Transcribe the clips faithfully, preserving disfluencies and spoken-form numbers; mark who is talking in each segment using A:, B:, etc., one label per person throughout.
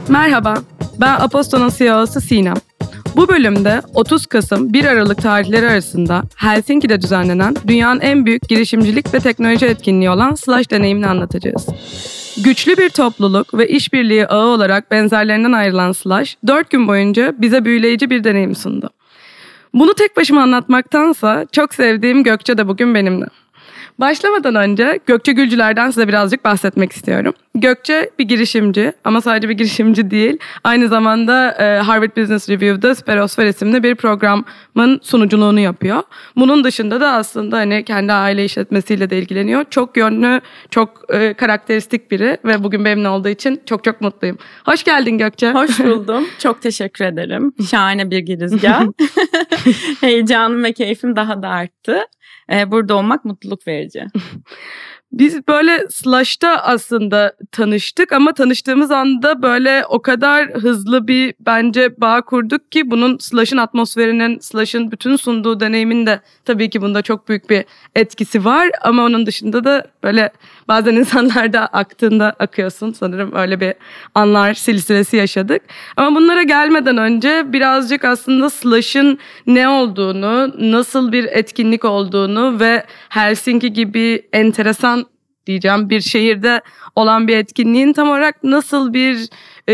A: Merhaba, ben Aposto'nun C E O'su Sinem. Bu bölümde otuz Kasım bir Aralık tarihleri arasında Helsinki'de düzenlenen dünyanın en büyük girişimcilik ve teknoloji etkinliği olan Slush deneyimini anlatacağız. Güçlü bir topluluk ve işbirliği ağı olarak benzerlerinden ayrılan Slush, dört gün boyunca bize büyüleyici bir deneyim sundu. Bunu tek başıma anlatmaktansa çok sevdiğim Gökçe de bugün benimle. Başlamadan önce Gökçe Gülcüler'den size birazcık bahsetmek istiyorum. Gökçe bir girişimci ama sadece bir girişimci değil. Aynı zamanda e, Harvard Business Review'da Sperosfer isimli bir programın sunuculuğunu yapıyor. Bunun dışında da aslında hani kendi aile işletmesiyle de ilgileniyor. Çok yönlü, çok e, karakteristik biri ve bugün benimle olduğu için çok çok mutluyum. Hoş geldin Gökçe.
B: Hoş buldum. Çok teşekkür ederim. Şahane bir girizgah. Heyecanım ve keyfim daha da arttı. Burada olmak mutluluk verici.
A: Biz böyle Slush'ta aslında tanıştık ama tanıştığımız anda böyle o kadar hızlı bir bence bağ kurduk ki bunun Slush'ın atmosferinin, Slush'ın bütün sunduğu deneyimin de tabii ki bunda çok büyük bir etkisi var. Ama onun dışında da böyle bazen insanlarda aktığında akıyorsun. Sanırım öyle bir anlar silsilesi yaşadık. Ama bunlara gelmeden önce birazcık aslında Slush'ın ne olduğunu, nasıl bir etkinlik olduğunu ve Helsinki gibi enteresan diyeceğim bir şehirde olan bir etkinliğin tam olarak nasıl bir e,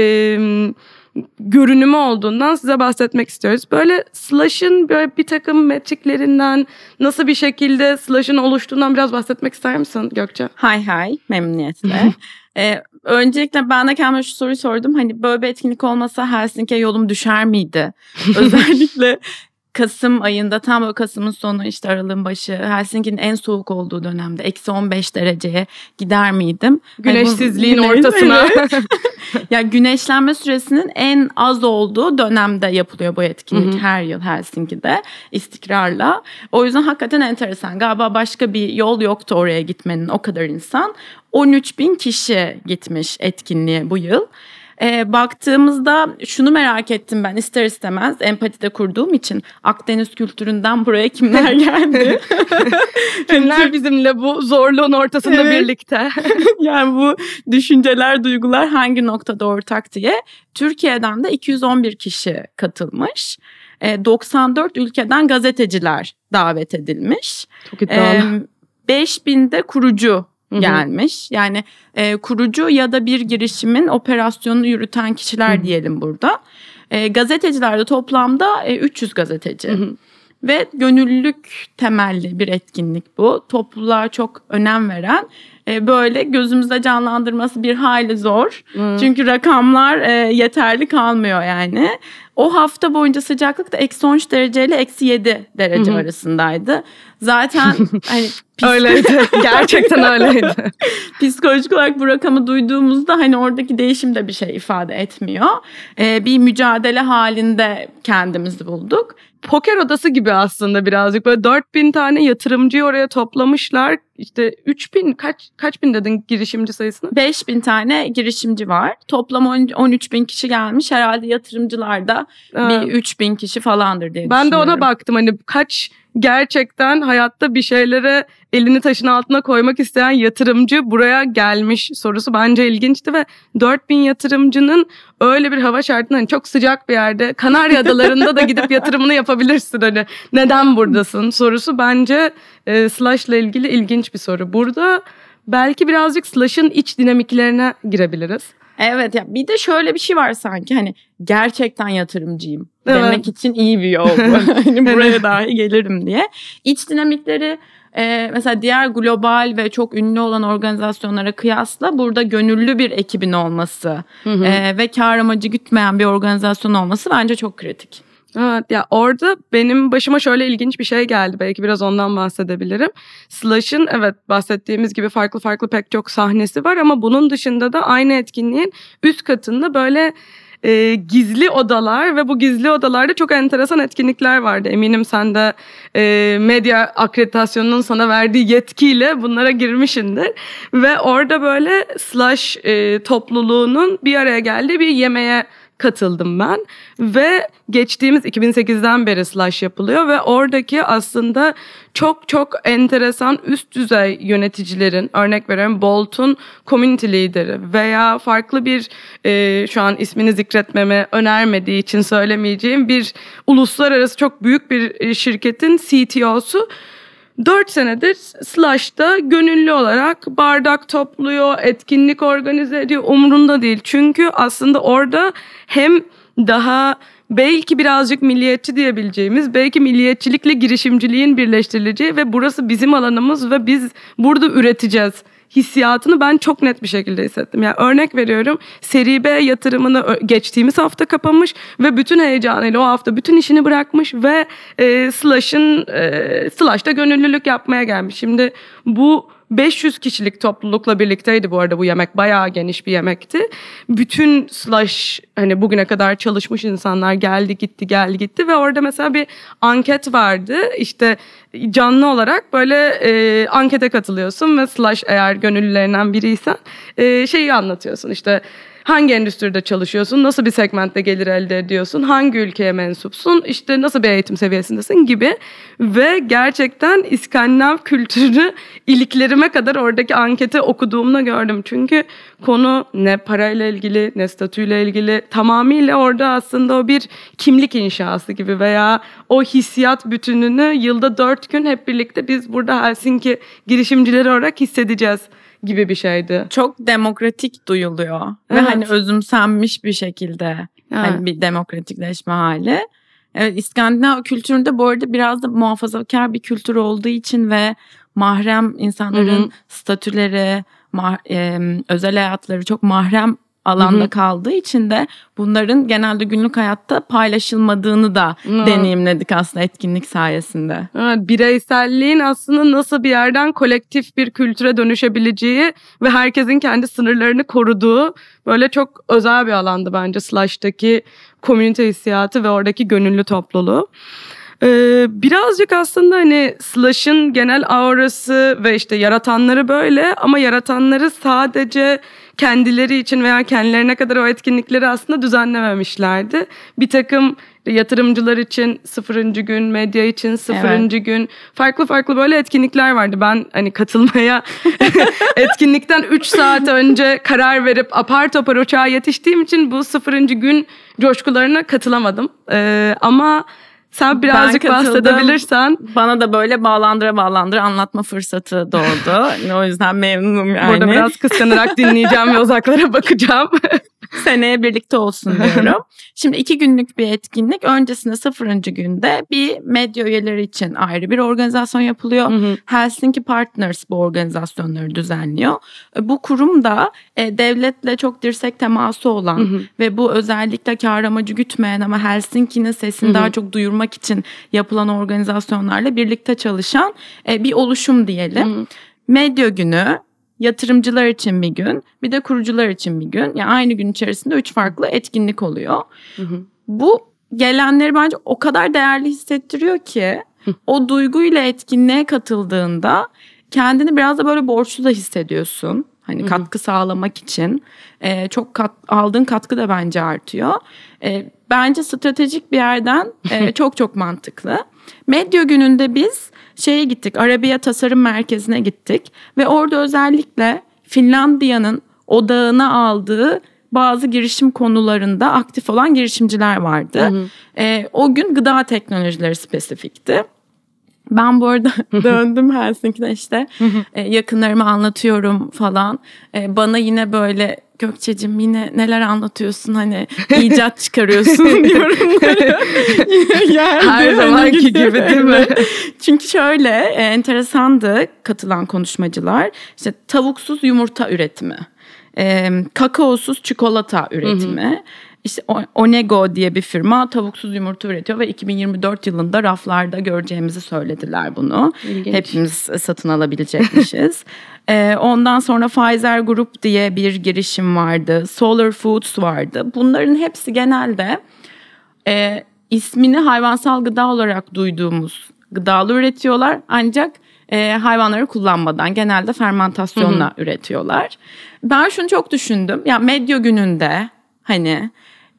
A: görünümü olduğundan size bahsetmek istiyoruz. Böyle Slush'ın böyle bir takım metriklerinden, nasıl bir şekilde Slush'ın oluştuğundan biraz bahsetmek ister misin Gökçe?
B: Hay hay, memnuniyetle. ee, öncelikle ben de kendime şu soruyu sordum. Hani böyle bir etkinlik olmasa Helsinki'ye yolum düşer miydi? Özellikle Kasım ayında, tam böyle Kasım'ın sonu işte Aralık'ın başı, Helsinki'nin en soğuk olduğu dönemde eksi on beş dereceye gider miydim?
A: Güneşsizliğin
B: yani bu,
A: ortasına.
B: Ya güneşlenme süresinin en az olduğu dönemde yapılıyor bu etkinlik. Hı hı. Her yıl Helsinki'de istikrarla. O yüzden hakikaten enteresan. Galiba başka bir yol yoktu oraya gitmenin, o kadar insan. on üç bin kişi gitmiş etkinliğe bu yıl. E, baktığımızda şunu merak ettim ben ister istemez, empatide kurduğum için Akdeniz kültüründen buraya kimler geldi?
A: Kimler bizimle bu zorluğun ortasında evet. birlikte?
B: Yani bu düşünceler, duygular hangi noktada ortak diye. Türkiye'den de iki yüz on bir kişi katılmış. E, doksan dört ülkeden gazeteciler davet edilmiş.
A: Çok iddialı. E,
B: beş binde kurucu gelmiş. Yani e, kurucu ya da bir girişimin operasyonunu yürüten kişiler Hı-hı. diyelim burada. E, gazetecilerde toplamda e, üç yüz gazeteci. Hı-hı. Ve gönüllülük temelli bir etkinlik bu. Topluluğa çok önem veren, e, böyle gözümüzde canlandırması bir hayli zor. Hı. Çünkü rakamlar e, yeterli kalmıyor yani. O hafta boyunca sıcaklık da eksi on üç derece ile eksi yedi derece Hı-hı. arasındaydı. Zaten hani
A: öyleydi. Gerçekten öyleydi.
B: Psikolojik olarak bu rakamı duyduğumuzda hani oradaki değişim de bir şey ifade etmiyor. Ee, bir mücadele halinde kendimizi bulduk.
A: Poker odası gibi aslında birazcık. Böyle dört bin tane yatırımcıyı oraya toplamışlar. İşte üç bin kaç kaç bin dedin girişimci sayısını?
B: beş bin tane girişimci var. Toplam on üç bin kişi gelmiş. Herhalde yatırımcılar da ee, bir üç bin kişi falandır diye
A: ben
B: düşünüyorum.
A: Ben de ona baktım hani kaç gerçekten hayatta bir şeylere elini taşın altına koymak isteyen yatırımcı buraya gelmiş sorusu bence ilginçti ve dört bin yatırımcının öyle bir hava şartında hani çok sıcak bir yerde Kanarya Adaları'nda da gidip yatırımını yapabilirsin hani neden buradasın sorusu bence e, Slush'la ilgili ilginç bir soru. Burada belki birazcık Slush'ın iç dinamiklerine girebiliriz.
B: Evet ya bir de şöyle bir şey var sanki hani gerçekten yatırımcıyım evet. demek için iyi bir yol bu. Hani buraya dahi gelirim diye. İç dinamikleri e, mesela diğer global ve çok ünlü olan organizasyonlara kıyasla burada gönüllü bir ekibin olması e, ve kar amacı gütmeyen bir organizasyon olması bence çok kritik.
A: Evet ya orada benim başıma şöyle ilginç bir şey geldi. Belki biraz ondan bahsedebilirim. Slush'ın evet bahsettiğimiz gibi farklı farklı pek çok sahnesi var ama bunun dışında da aynı etkinliğin üst katında böyle e, gizli odalar ve bu gizli odalarda çok enteresan etkinlikler vardı. Eminim sen de e, medya akreditasyonunun sana verdiği yetkiyle bunlara girmişsindir. Ve orada böyle Slush e, topluluğunun bir araya geldiği bir yemeğe katıldım ben ve geçtiğimiz iki bin sekizden beri Slush yapılıyor ve oradaki aslında çok çok enteresan üst düzey yöneticilerin, örnek veriyorum Bolt'un community lideri veya farklı bir e, şu an ismini zikretmeme önermediği için söylemeyeceğim bir uluslararası çok büyük bir şirketin C T O'su dört senedir Slush'ta gönüllü olarak bardak topluyor, etkinlik organize ediyor, umrunda değil. Çünkü aslında orada hem daha belki birazcık milliyetçi diyebileceğimiz, belki milliyetçilikle girişimciliğin birleştirileceği ve burası bizim alanımız ve biz burada üreteceğiz hissiyatını ben çok net bir şekilde hissettim. Yani örnek veriyorum, Seri B yatırımını geçtiğimiz hafta kapamış ve bütün heyecanıyla o hafta bütün işini bırakmış ve e, Slush'ın e, Slush'ta gönüllülük yapmaya gelmiş. Şimdi bu beş yüz kişilik toplulukla birlikteydi bu arada bu yemek. Bayağı geniş bir yemekti. Bütün Slush hani bugüne kadar çalışmış insanlar geldi gitti geldi gitti ve orada mesela bir anket vardı. İşte canlı olarak böyle e, ankete katılıyorsun ve Slush eğer gönüllülerinden biriysen e, şeyi anlatıyorsun işte. Hangi endüstride çalışıyorsun, nasıl bir segmentte gelir elde ediyorsun, hangi ülkeye mensupsun, işte nasıl bir eğitim seviyesindesin gibi. Ve gerçekten İskandinav kültürü iliklerime kadar oradaki anketi okuduğumda gördüm. Çünkü konu ne parayla ilgili ne statüyle ilgili, tamamıyla orada aslında o bir kimlik inşası gibi veya o hissiyat bütününü yılda dört gün hep birlikte biz burada Helsinki girişimcileri olarak hissedeceğiz gibi bir şeydi.
B: Çok demokratik duyuluyor. Evet. Ve hani özümsenmiş bir şekilde evet. Hani bir demokratikleşme hali. Evet, İskandinav kültüründe bu arada biraz da muhafazakar bir kültür olduğu için ve mahrem insanların Hı-hı. statüleri, ma- e, özel hayatları çok mahrem alanda Hı-hı. kaldığı için de bunların genelde günlük hayatta paylaşılmadığını da Hı-hı. deneyimledik aslında etkinlik sayesinde.
A: Evet, bireyselliğin aslında nasıl bir yerden kolektif bir kültüre dönüşebileceği ve herkesin kendi sınırlarını koruduğu böyle çok özel bir alandı bence Slush'taki komünite hissiyatı ve oradaki gönüllü topluluğu. Ee, birazcık aslında hani Slush'ın genel aurası ve işte yaratanları böyle ama yaratanları sadece kendileri için veya kendilerine kadar o etkinlikleri aslında düzenlememişlerdi. Bir takım yatırımcılar için sıfırıncı gün, medya için sıfırıncı evet. gün farklı farklı böyle etkinlikler vardı. Ben hani katılmaya etkinlikten üç saat önce karar verip apar topar uçağa yetiştiğim için bu sıfırıncı gün coşkularına katılamadım. Ee, ama sen birazcık bahsedebilirsen.
B: Bana da böyle bağlandıra bağlandıra anlatma fırsatı doğdu. O yüzden memnunum yani.
A: Burada biraz kıskanarak dinleyeceğim ve uzaklara bakacağım.
B: Seneye birlikte olsun diyorum. Şimdi iki günlük bir etkinlik. Öncesinde sıfırıncı günde bir medya üyeleri için ayrı bir organizasyon yapılıyor. Hı hı. Helsinki Partners bu organizasyonları düzenliyor. Bu kurum da e, devletle çok dirsek teması olan hı hı. ve bu özellikle kar amacı gütmeyen ama Helsinki'nin sesini hı hı. daha çok duyurmak için yapılan organizasyonlarla birlikte çalışan e, bir oluşum diyelim. Hı hı. Medya günü, yatırımcılar için bir gün, bir de kurucular için bir gün. Yani aynı gün içerisinde üç farklı etkinlik oluyor. Hı hı. Bu gelenleri bence o kadar değerli hissettiriyor ki hı. o duyguyla etkinliğe katıldığında kendini biraz da böyle borçlu da hissediyorsun. Hani hı hı. katkı sağlamak için ee, çok kat, aldığın katkı da bence artıyor. Ee, bence stratejik bir yerden e, çok çok mantıklı. Medya gününde biz şeye gittik, Arabia Tasarım Merkezi'ne gittik ve orada özellikle Finlandiya'nın odağına aldığı bazı girişim konularında aktif olan girişimciler vardı. Hı hı. E, o gün gıda teknolojileri spesifikti. Ben bu arada döndüm Helsinki'den işte e, yakınlarıma anlatıyorum falan. E, bana yine böyle Gökçe'cim yine neler anlatıyorsun hani icat çıkarıyorsun yorumları.
A: Her zamanki gibi değil mi?
B: Çünkü şöyle e, enteresandı katılan konuşmacılar. İşte tavuksuz yumurta üretimi, e, kakaosuz çikolata üretimi. Hı hı. İşte Onego diye bir firma tavuksuz yumurta üretiyor ve iki bin yirmi dört yılında raflarda göreceğimizi söylediler bunu. İlginç. Hepimiz satın alabilecekmişiz. ee, ondan sonra Pfizer Group diye bir girişim vardı. Solar Foods vardı. Bunların hepsi genelde e, ismini hayvansal gıda olarak duyduğumuz gıdalı üretiyorlar. Ancak e, hayvanları kullanmadan genelde fermentasyonla Hı-hı. üretiyorlar. Ben şunu çok düşündüm. Ya medya gününde hani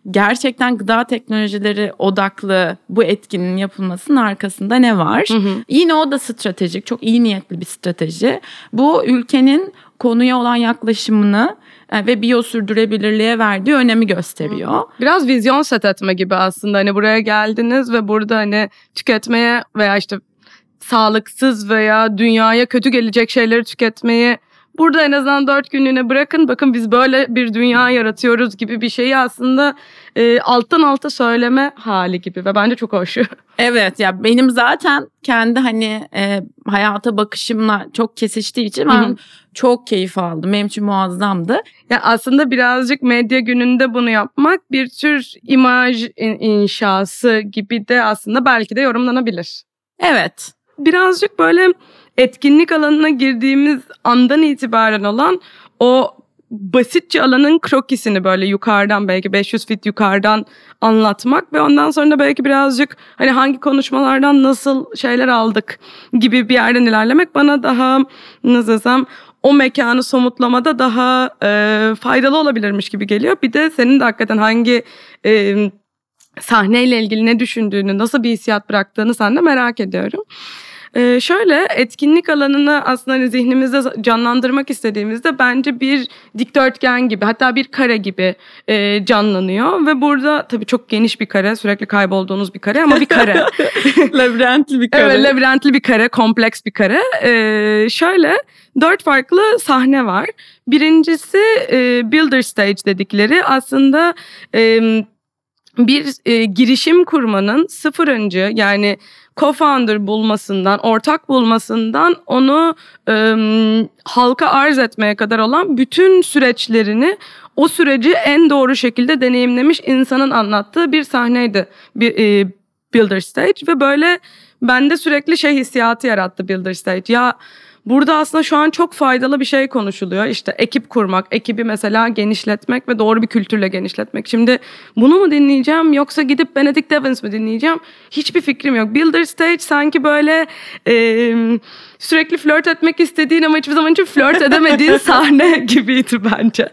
B: gerçekten gıda teknolojileri odaklı bu etkinin yapılmasının arkasında ne var? Hı hı. Yine o da stratejik, çok iyi niyetli bir strateji. Bu ülkenin konuya olan yaklaşımını ve biyosürdürülebilirliğe verdiği önemi gösteriyor.
A: Biraz vizyon set etme gibi aslında. Hani buraya geldiniz ve burada hani tüketmeye veya işte sağlıksız veya dünyaya kötü gelecek şeyleri tüketmeyi burada en azından dört günlüğüne bırakın. Bakın biz böyle bir dünya yaratıyoruz gibi bir şeyi aslında e, alttan alta söyleme hali gibi ve bence çok hoş.
B: Evet ya benim zaten kendi hani e, hayata bakışımla çok kesiştiği için ben Hı-hı. çok keyif aldım. Benim için muazzamdı.
A: Ya aslında birazcık medya gününde bunu yapmak bir tür imaj inşası gibi de aslında belki de yorumlanabilir.
B: Evet.
A: Birazcık böyle etkinlik alanına girdiğimiz andan itibaren olan o basitçe alanın krokisini böyle yukarıdan belki beş yüz fit yukarıdan anlatmak ve ondan sonra da belki birazcık hani hangi konuşmalardan nasıl şeyler aldık gibi bir yerden ilerlemek bana daha nasıl desem o mekanı somutlamada daha e, faydalı olabilirmiş gibi geliyor. Bir de senin de hakikaten hangi e, sahneyle ilgili ne düşündüğünü, nasıl bir hissiyat bıraktığını sen de merak ediyorum. Ee, şöyle etkinlik alanını aslında hani zihnimizde canlandırmak istediğimizde bence bir dikdörtgen gibi hatta bir kare gibi e, canlanıyor ve burada tabii çok geniş bir kare, sürekli kaybolduğunuz bir kare ama bir kare.
B: Labirentli bir kare.
A: Evet, labirentli bir kare, kompleks bir kare. Ee, şöyle dört farklı sahne var. Birincisi e, builder stage dedikleri aslında e, bir e, girişim kurmanın sıfır öncü yani co-founder bulmasından, ortak bulmasından onu e, halka arz etmeye kadar olan bütün süreçlerini o süreci en doğru şekilde deneyimlemiş insanın anlattığı bir sahneydi. Bir e, Builder Stage ve böyle bende sürekli şey hissiyatı yarattı Builder Stage. Ya burada aslında şu an çok faydalı bir şey konuşuluyor. İşte ekip kurmak, ekibi mesela genişletmek ve doğru bir kültürle genişletmek. Şimdi bunu mu dinleyeceğim yoksa gidip Benedict Evans mı dinleyeceğim? Hiçbir fikrim yok. Builder Stage sanki böyle e, sürekli flört etmek istediğin ama hiçbir zaman için flört edemediğin sahne gibiydi bence.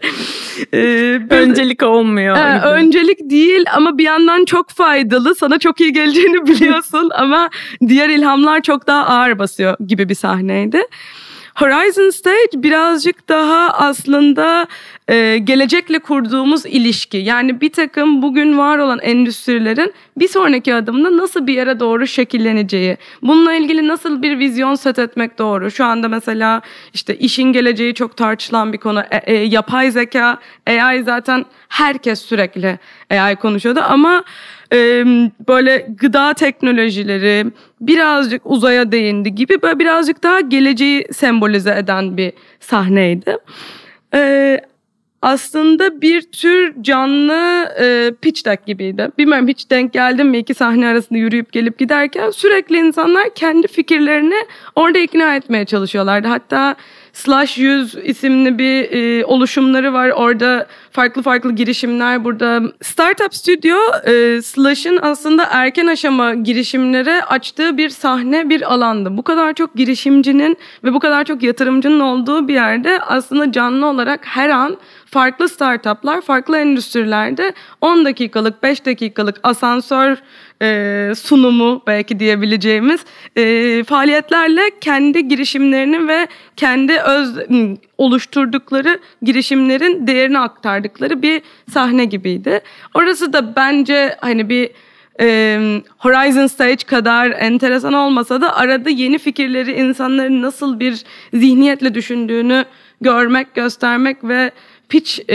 B: E, öncelik olmuyor.
A: E, öncelik değil ama bir yandan çok faydalı. Sana çok iyi geleceğini biliyorsun ama diğer ilhamlar çok daha ağır basıyor gibi bir sahneydi. Horizon Stage birazcık daha aslında e, gelecekle kurduğumuz ilişki. Yani bir takım bugün var olan endüstrilerin bir sonraki adımda nasıl bir yere doğru şekilleneceği. Bununla ilgili nasıl bir vizyon set etmek doğru. Şu anda mesela işte işin geleceği çok tartışılan bir konu. E, e, yapay zeka, A I zaten herkes sürekli A I konuşuyordu ama Ee, böyle gıda teknolojileri birazcık uzaya değindi gibi böyle birazcık daha geleceği sembolize eden bir sahneydi. Ee, aslında bir tür canlı e, pitch deck gibiydi. Bilmiyorum hiç denk geldim mi iki sahne arasında yürüyüp gelip giderken sürekli insanlar kendi fikirlerini orada ikna etmeye çalışıyorlardı. Hatta Slash yüz isimli bir e, oluşumları var. Orada farklı farklı girişimler burada. Startup Studio e, Slash'ın aslında erken aşama girişimlere açtığı bir sahne, bir alandı. Bu kadar çok girişimcinin ve bu kadar çok yatırımcının olduğu bir yerde aslında canlı olarak her an farklı startuplar, farklı endüstrilerde on dakikalık, beş dakikalık asansör e, sunumu belki diyebileceğimiz e, faaliyetlerle kendi girişimlerini ve kendi öz oluşturdukları girişimlerin değerini aktardıkları bir sahne gibiydi. Orası da bence hani bir e, Horizon Stage kadar enteresan olmasa da arada yeni fikirleri insanların nasıl bir zihniyetle düşündüğünü görmek, göstermek ve pitch e,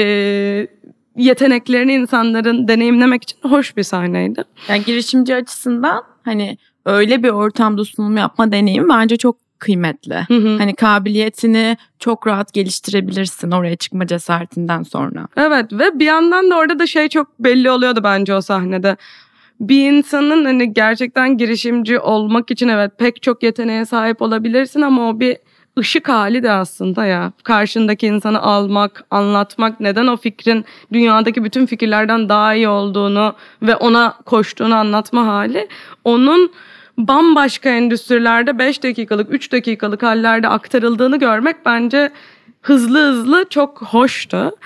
A: yeteneklerini insanların deneyimlemek için hoş bir sahneydi.
B: Yani girişimci açısından hani öyle bir ortamda sunum yapma deneyimi bence çok kıymetli. Hı hı. Hani kabiliyetini çok rahat geliştirebilirsin oraya çıkma cesaretinden sonra.
A: Evet ve bir yandan da orada da şey çok belli oluyordu bence o sahnede. Bir insanın hani gerçekten girişimci olmak için evet pek çok yeteneğe sahip olabilirsin ama o bir ışık hali de aslında ya. Karşındaki insanı almak, anlatmak, neden o fikrin dünyadaki bütün fikirlerden daha iyi olduğunu ve ona koştuğunu anlatma hali. Onun bambaşka endüstrilerde beş dakikalık, üç dakikalık hallerde aktarıldığını görmek bence hızlı hızlı çok hoştu.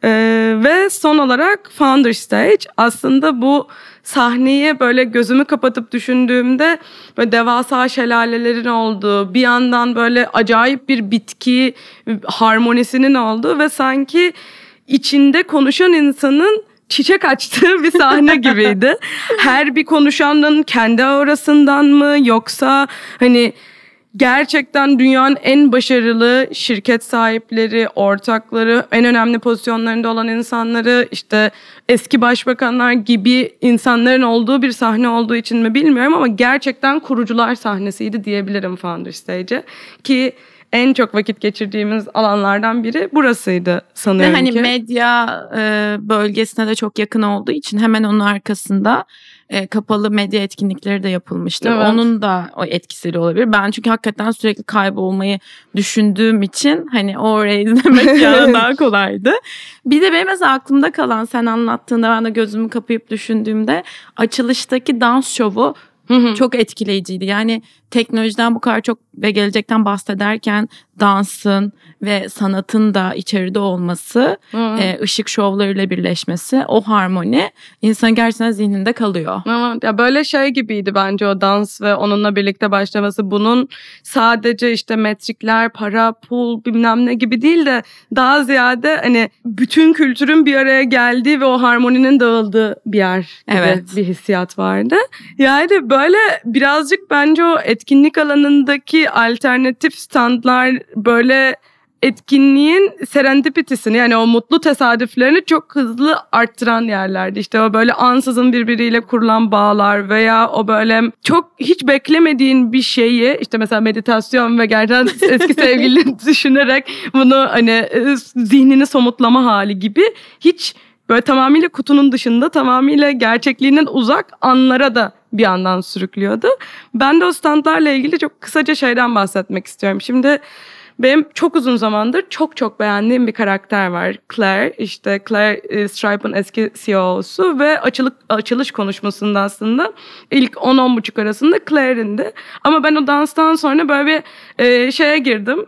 A: Ee, ve son olarak Founder Stage. Aslında bu sahneyi böyle gözümü kapatıp düşündüğümde böyle devasa şelalelerin olduğu, bir yandan böyle acayip bir bitki harmonisinin olduğu ve sanki içinde konuşan insanın çiçek açtığı bir sahne gibiydi. Her bir konuşanın kendi aurasından mı, yoksa hani gerçekten dünyanın en başarılı şirket sahipleri, ortakları, en önemli pozisyonlarında olan insanları, işte eski başbakanlar gibi insanların olduğu bir sahne olduğu için mi bilmiyorum ama gerçekten kurucular sahnesiydi diyebilirim Founder Stage'e. Ki en çok vakit geçirdiğimiz alanlardan biri burasıydı sanıyorum
B: Ve hani
A: ki.
B: medya e, bölgesine de çok yakın olduğu için hemen onun arkasında e, kapalı medya etkinlikleri de yapılmıştı.
A: Evet.
B: Onun da o etkisiyle olabilir. Ben çünkü hakikaten sürekli kaybolmayı düşündüğüm için hani orayı izlemek yani daha kolaydı. Bir de benim mesela aklımda kalan, sen anlattığında ben de gözümü kapayıp düşündüğümde açılıştaki dans şovu çok etkileyiciydi. Yani teknolojiden bu kadar çok ve gelecekten bahsederken dansın ve sanatın da içeride olması, e, ışık şovlarıyla birleşmesi, o harmoni insanın gerçekten zihninde kalıyor.
A: Evet, ya böyle şey gibiydi bence o dans ve onunla birlikte başlaması. Bunun sadece işte metrikler, para, pul bilmem ne gibi değil de daha ziyade hani bütün kültürün bir araya geldiği ve o harmoninin dağıldığı bir yer gibi
B: Evet.
A: bir hissiyat vardı. Yani böyle birazcık bence o etkinlik alanındaki alternatif standlar böyle etkinliğin serendipitisini, yani o mutlu tesadüflerini çok hızlı arttıran yerlerdi. İşte o böyle ansızın birbiriyle kurulan bağlar veya o böyle çok hiç beklemediğin bir şeyi, işte mesela meditasyon ve gerçekten eski sevgilini düşünerek bunu hani zihnini somutlama hali gibi hiç böyle tamamıyla kutunun dışında, tamamıyla gerçekliğinden uzak anlara da bir yandan sürüklüyordu. Ben de o standlarla ilgili çok kısaca şeyden bahsetmek istiyorum. Şimdi benim çok uzun zamandır çok çok beğendiğim bir karakter var. Claire, işte Claire Stripe'ın eski C E O'su ve açılık, açılış konuşmasında aslında ilk on on buçuk arasında Claire'indi. Ama ben o danstan sonra böyle bir e, şeye girdim.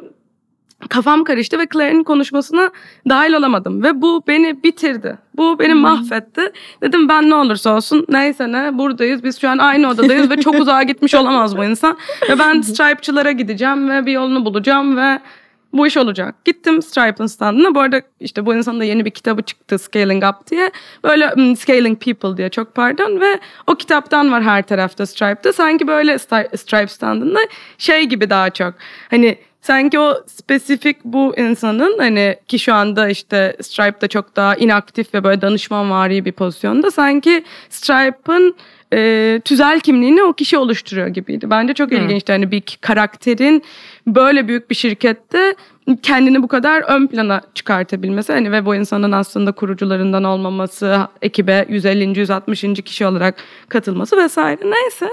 A: Kafam karıştı ve Claire'in konuşmasına dahil olamadım. Ve bu beni bitirdi. Bu beni hmm. mahvetti. Dedim ben ne olursa olsun neyse ne buradayız. Biz şu an aynı odadayız ve çok uzağa gitmiş olamaz bu insan. Ve ben Stripe'çılara gideceğim ve bir yolunu bulacağım ve bu iş olacak. Gittim Stripe'ın standına. Bu arada işte bu insanın da yeni bir kitabı çıktı, Scaling Up diye. Böyle um, Scaling People diye, çok pardon. Ve o kitaptan var her tarafta Stripe'da. Sanki böyle Stripe standında şey gibi daha çok. Hani sanki o spesifik bu insanın, hani ki şu anda işte Stripe'da çok daha inaktif ve böyle danışmanvari bir pozisyonda, sanki Stripe'ın e, tüzel kimliğini o kişi oluşturuyor gibiydi. Bence çok hmm. ilginçti. Hani bir karakterin böyle büyük bir şirkette kendini bu kadar ön plana çıkartabilmesi, hani ve bu insanın aslında kurucularından olmaması, ekibe yüz ellinci yüz altmışıncı kişi olarak katılması vesaire, neyse.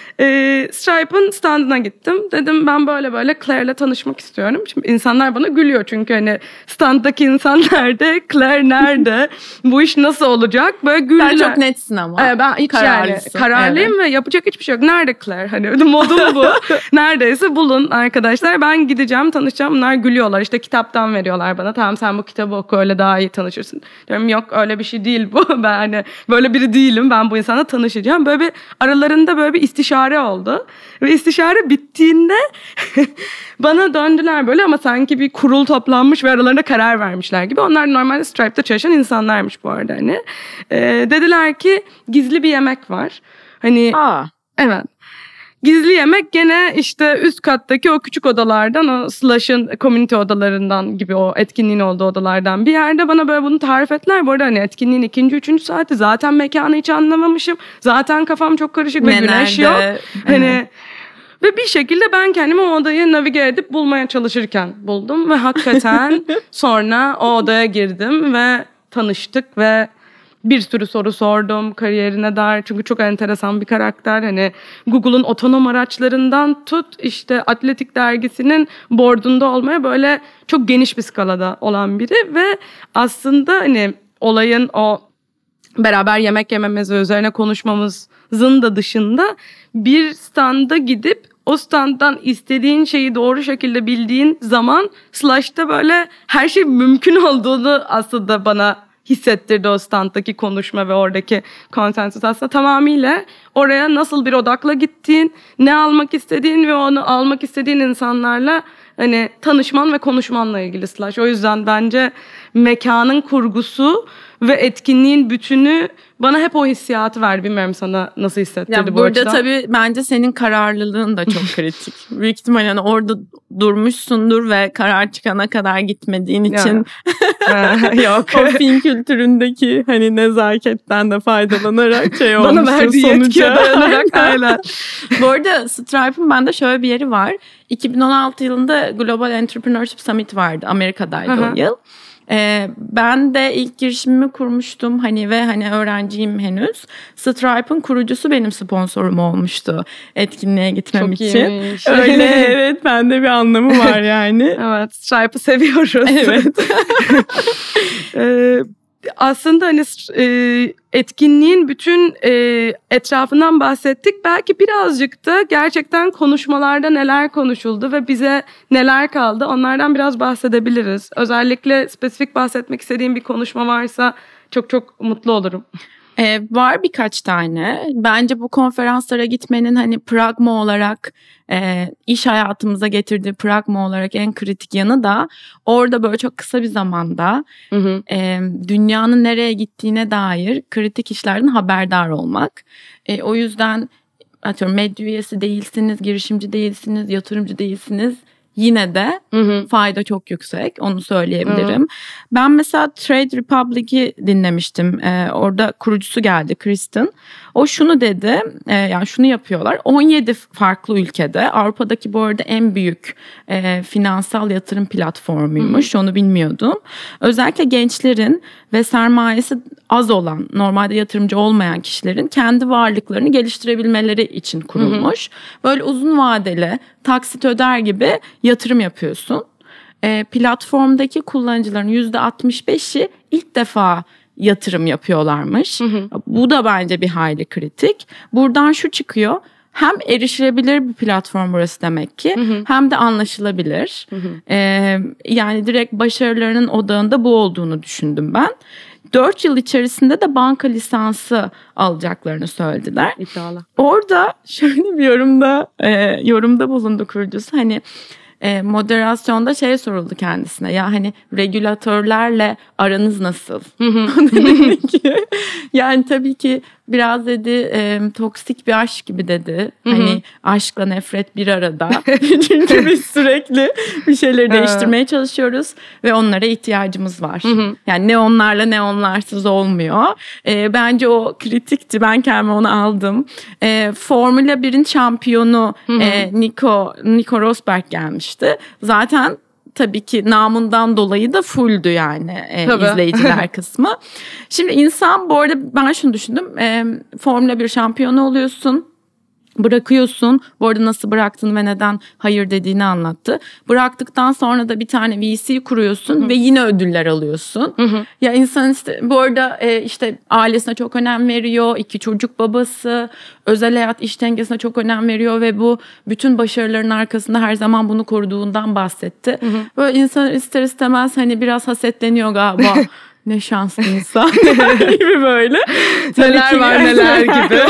A: E, Stripe'ın standına gittim. Dedim ben böyle böyle Claire'le tanışmak istiyorum. Şimdi insanlar bana gülüyor çünkü hani standdaki insan nerede? Claire nerede? Bu iş nasıl olacak? Böyle güldüler.
B: Sen çok netsin ama.
A: Ee, ben hiç yani kararlıyım evet. Ve yapacak hiçbir şey yok. Nerede Claire? Hani modum bu. Neredeyse bulun arkadaşlar. Ben gideceğim, tanışacağım. Bunlar gülüyorlar. İşte kitaptan veriyorlar bana. Tamam sen bu kitabı oku, öyle daha iyi tanışırsın. Diyorum yok öyle bir şey değil bu. Ben hani böyle biri değilim. Ben bu insanla tanışacağım. Böyle bir aralarında böyle bir istişare oldu. Ve istişare bittiğinde bana döndüler böyle ama sanki bir kurul toplanmış ve aralarında karar vermişler gibi. Onlar normalde Stripe'da çalışan insanlarmış bu arada hani. Ee, dediler ki gizli bir yemek var. Hani
B: Aa.
A: Evet. Gizli yemek gene işte üst kattaki o küçük odalardan, o Slush'ın community odalarından gibi, o etkinliğin olduğu odalardan bir yerde bana böyle bunu tarif ettiler. Bu arada hani etkinliğin ikinci, üçüncü saati, zaten mekanı hiç anlamamışım. Zaten kafam çok karışık ve güneş yok. Hani ve bir şekilde ben kendimi o odayı navige edip bulmaya çalışırken buldum ve hakikaten sonra o odaya girdim ve tanıştık ve bir sürü soru sordum kariyerine dair, çünkü çok enteresan bir karakter. Hani Google'un otonom araçlarından tut işte Atletik dergisinin board'unda olmaya böyle çok geniş bir skalada olan biri ve aslında hani olayın o beraber yemek yememiz ve üzerine konuşmamızın da dışında bir standa gidip o standdan istediğin şeyi doğru şekilde bildiğin zaman Slash'ta böyle her şey mümkün olduğunu aslında bana hissettirdi o standdaki konuşma ve oradaki konsensus. Aslında tamamıyla oraya nasıl bir odakla gittiğin, ne almak istediğin ve onu almak istediğin insanlarla hani tanışman ve konuşmanla ilgili Slash. O yüzden bence mekanın kurgusu ve etkinliğin bütünü bana hep o hissiyatı verdi. Bilmiyorum sana nasıl hissettirdi
B: ya
A: bu
B: burada
A: açıdan.
B: Burada tabii bence senin kararlılığın da çok kritik. Büyük ihtimalle yani orada durmuşsundur ve karar çıkana kadar gitmediğin için
A: yok.
B: O film kültüründeki hani nezaketten de faydalanarak şey olmuşsun
A: bana verdiği yetkiye dayanarak.
B: Aynen. Bu arada Stripe'ın bende şöyle bir yeri var. iki bin on altı yılında Global Entrepreneurship Summit vardı. Amerika'daydı
A: Hı-hı.
B: o yıl. Ee, ben de ilk girişimimi kurmuştum hani ve hani öğrenciyim henüz. Stripe'ın kurucusu benim sponsorum olmuştu etkinliğe gitmem
A: Çok
B: için.
A: iyiymiş.
B: Öyle evet bende bir anlamı var yani.
A: Evet, Stripe'ı seviyoruz.
B: Evet.
A: ee, aslında hani e, etkinliğin bütün e, etrafından bahsettik. Belki birazcık da gerçekten konuşmalarda neler konuşuldu ve bize neler kaldı onlardan biraz bahsedebiliriz. Özellikle spesifik bahsetmek istediğim bir konuşma varsa çok çok mutlu olurum.
B: Ee, var birkaç tane. Bence bu konferanslara gitmenin hani pragma olarak e, iş hayatımıza getirdiği pragma olarak en kritik yanı da orada böyle çok kısa bir zamanda
A: hı hı.
B: E, dünyanın nereye gittiğine dair kritik işlerden haberdar olmak. E, o yüzden atıyorum medya üyesi değilsiniz, girişimci değilsiniz, yatırımcı değilsiniz. Yine de
A: hı hı.
B: fayda çok yüksek. Onu söyleyebilirim.
A: Hı.
B: Ben mesela Trade Republic'i dinlemiştim. Ee, orada kurucusu geldi Kristen. O şunu dedi. E, yani şunu yapıyorlar. on yedi farklı ülkede. Avrupa'daki bu arada en büyük e, finansal yatırım platformuymuş. Hı. Onu bilmiyordum. Özellikle gençlerin ve sermayesi az olan, normalde yatırımcı olmayan kişilerin kendi varlıklarını geliştirebilmeleri için kurulmuş. Hı hı. Böyle uzun vadeli, taksit öder gibi yatırım yapıyorsun. E, platformdaki kullanıcıların yüzde altmış beşi ilk defa yatırım yapıyorlarmış. Hı hı. Bu da bence bir hayli kritik. Buradan şu çıkıyor. Hem erişilebilir bir platform burası demek ki, hı hı. hem de anlaşılabilir. Hı hı. Ee, yani direkt başarılarının odağında bu olduğunu düşündüm ben. dört yıl içerisinde de banka lisansı alacaklarını söylediler.
A: İddialı.
B: Orada şöyle bir yorumda e, yorumda bulundu kurucusu. Hani e, moderasyonda şey soruldu kendisine. Ya hani regülatörlerle aranız nasıl? Dedi ki, yani tabii ki biraz dedi e, toksik bir aşk gibi dedi. Hı hı. Hani aşkla nefret bir arada. Çünkü biz sürekli bir şeyleri değiştirmeye çalışıyoruz ve onlara ihtiyacımız var. Hı hı. Yani ne onlarla ne onlarsız olmuyor. E, bence o kritikti. Ben kendime onu aldım. E, Formula birin şampiyonu hı hı. E, Nico Nico Rosberg gelmişti. Zaten tabii ki namından dolayı da fulldü yani e, izleyiciler kısmı. Şimdi insan bu arada ben şunu düşündüm. E, Formula bir şampiyonu oluyorsun. Bırakıyorsun. Bu arada nasıl bıraktığını ve neden hayır dediğini anlattı. Bıraktıktan sonra da bir tane V C kuruyorsun. Hı. Ve yine ödüller alıyorsun. Hı hı. Ya insan işte bu arada e, işte ailesine çok önem veriyor. İki çocuk babası. Özel hayat iş dengesine çok önem veriyor ve bu bütün başarıların arkasında her zaman bunu koruduğundan bahsetti. Hı hı. Böyle insan ister istemez hani biraz hasetleniyor galiba. Ne şanslı insan gibi böyle.
A: Neler var yani, neler gibi.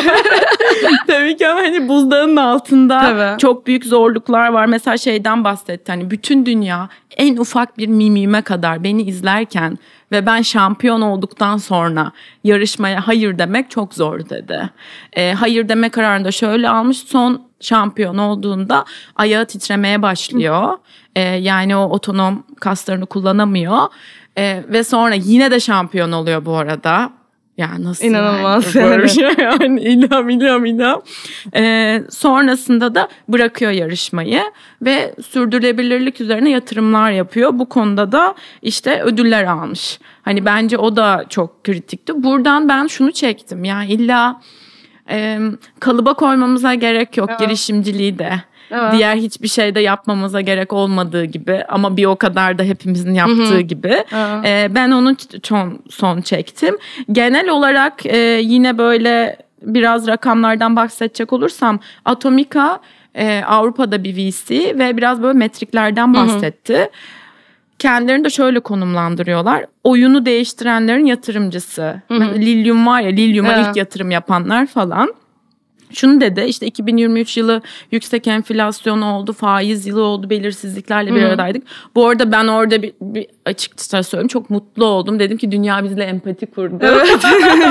B: Tabii ki ama hani buzdağının altında tabii. Çok büyük zorluklar var. Mesela şeyden bahsetti. Hani bütün dünya en ufak bir mimime kadar beni izlerken ve ben şampiyon olduktan sonra yarışmaya hayır demek çok zor dedi. E, hayır deme kararını da şöyle almış. Son şampiyon olduğunda ayağı titremeye başlıyor. E, yani o otonom kaslarını kullanamıyor. Ee, ve sonra yine de şampiyon oluyor bu arada. Ya nasıl
A: İnanılmaz
B: yani?
A: yani.
B: Şey yani ilham ilham ilham. Ee, sonrasında da bırakıyor yarışmayı ve sürdürülebilirlik üzerine yatırımlar yapıyor. Bu konuda da işte ödüller almış. Hani bence o da çok kritikti. Buradan ben şunu çektim. Yani illa e, kalıba koymamıza gerek yok, evet. Girişimciliği de. Evet. Diğer hiçbir şeyde yapmamıza gerek olmadığı gibi ama bir o kadar da hepimizin yaptığı Hı-hı. gibi. Evet. Ee, ben onu son, son çektim. Genel olarak e, yine böyle biraz rakamlardan bahsedecek olursam Atomica e, Avrupa'da bir V C ve biraz böyle metriklerden bahsetti. Hı hı. Kendilerini de şöyle konumlandırıyorlar. Oyunu değiştirenlerin yatırımcısı. Hı hı. Lilium var ya, Lilium'a evet. ilk yatırım yapanlar falan. Şunu dedi, işte iki bin yirmi üç yılı yüksek enflasyon oldu, faiz yılı oldu, belirsizliklerle bir aradaydık. Bu arada ben orada bir, bir açıkça söyleyeyim çok mutlu oldum. Dedim ki dünya bizle empati kurdu.
A: Evet.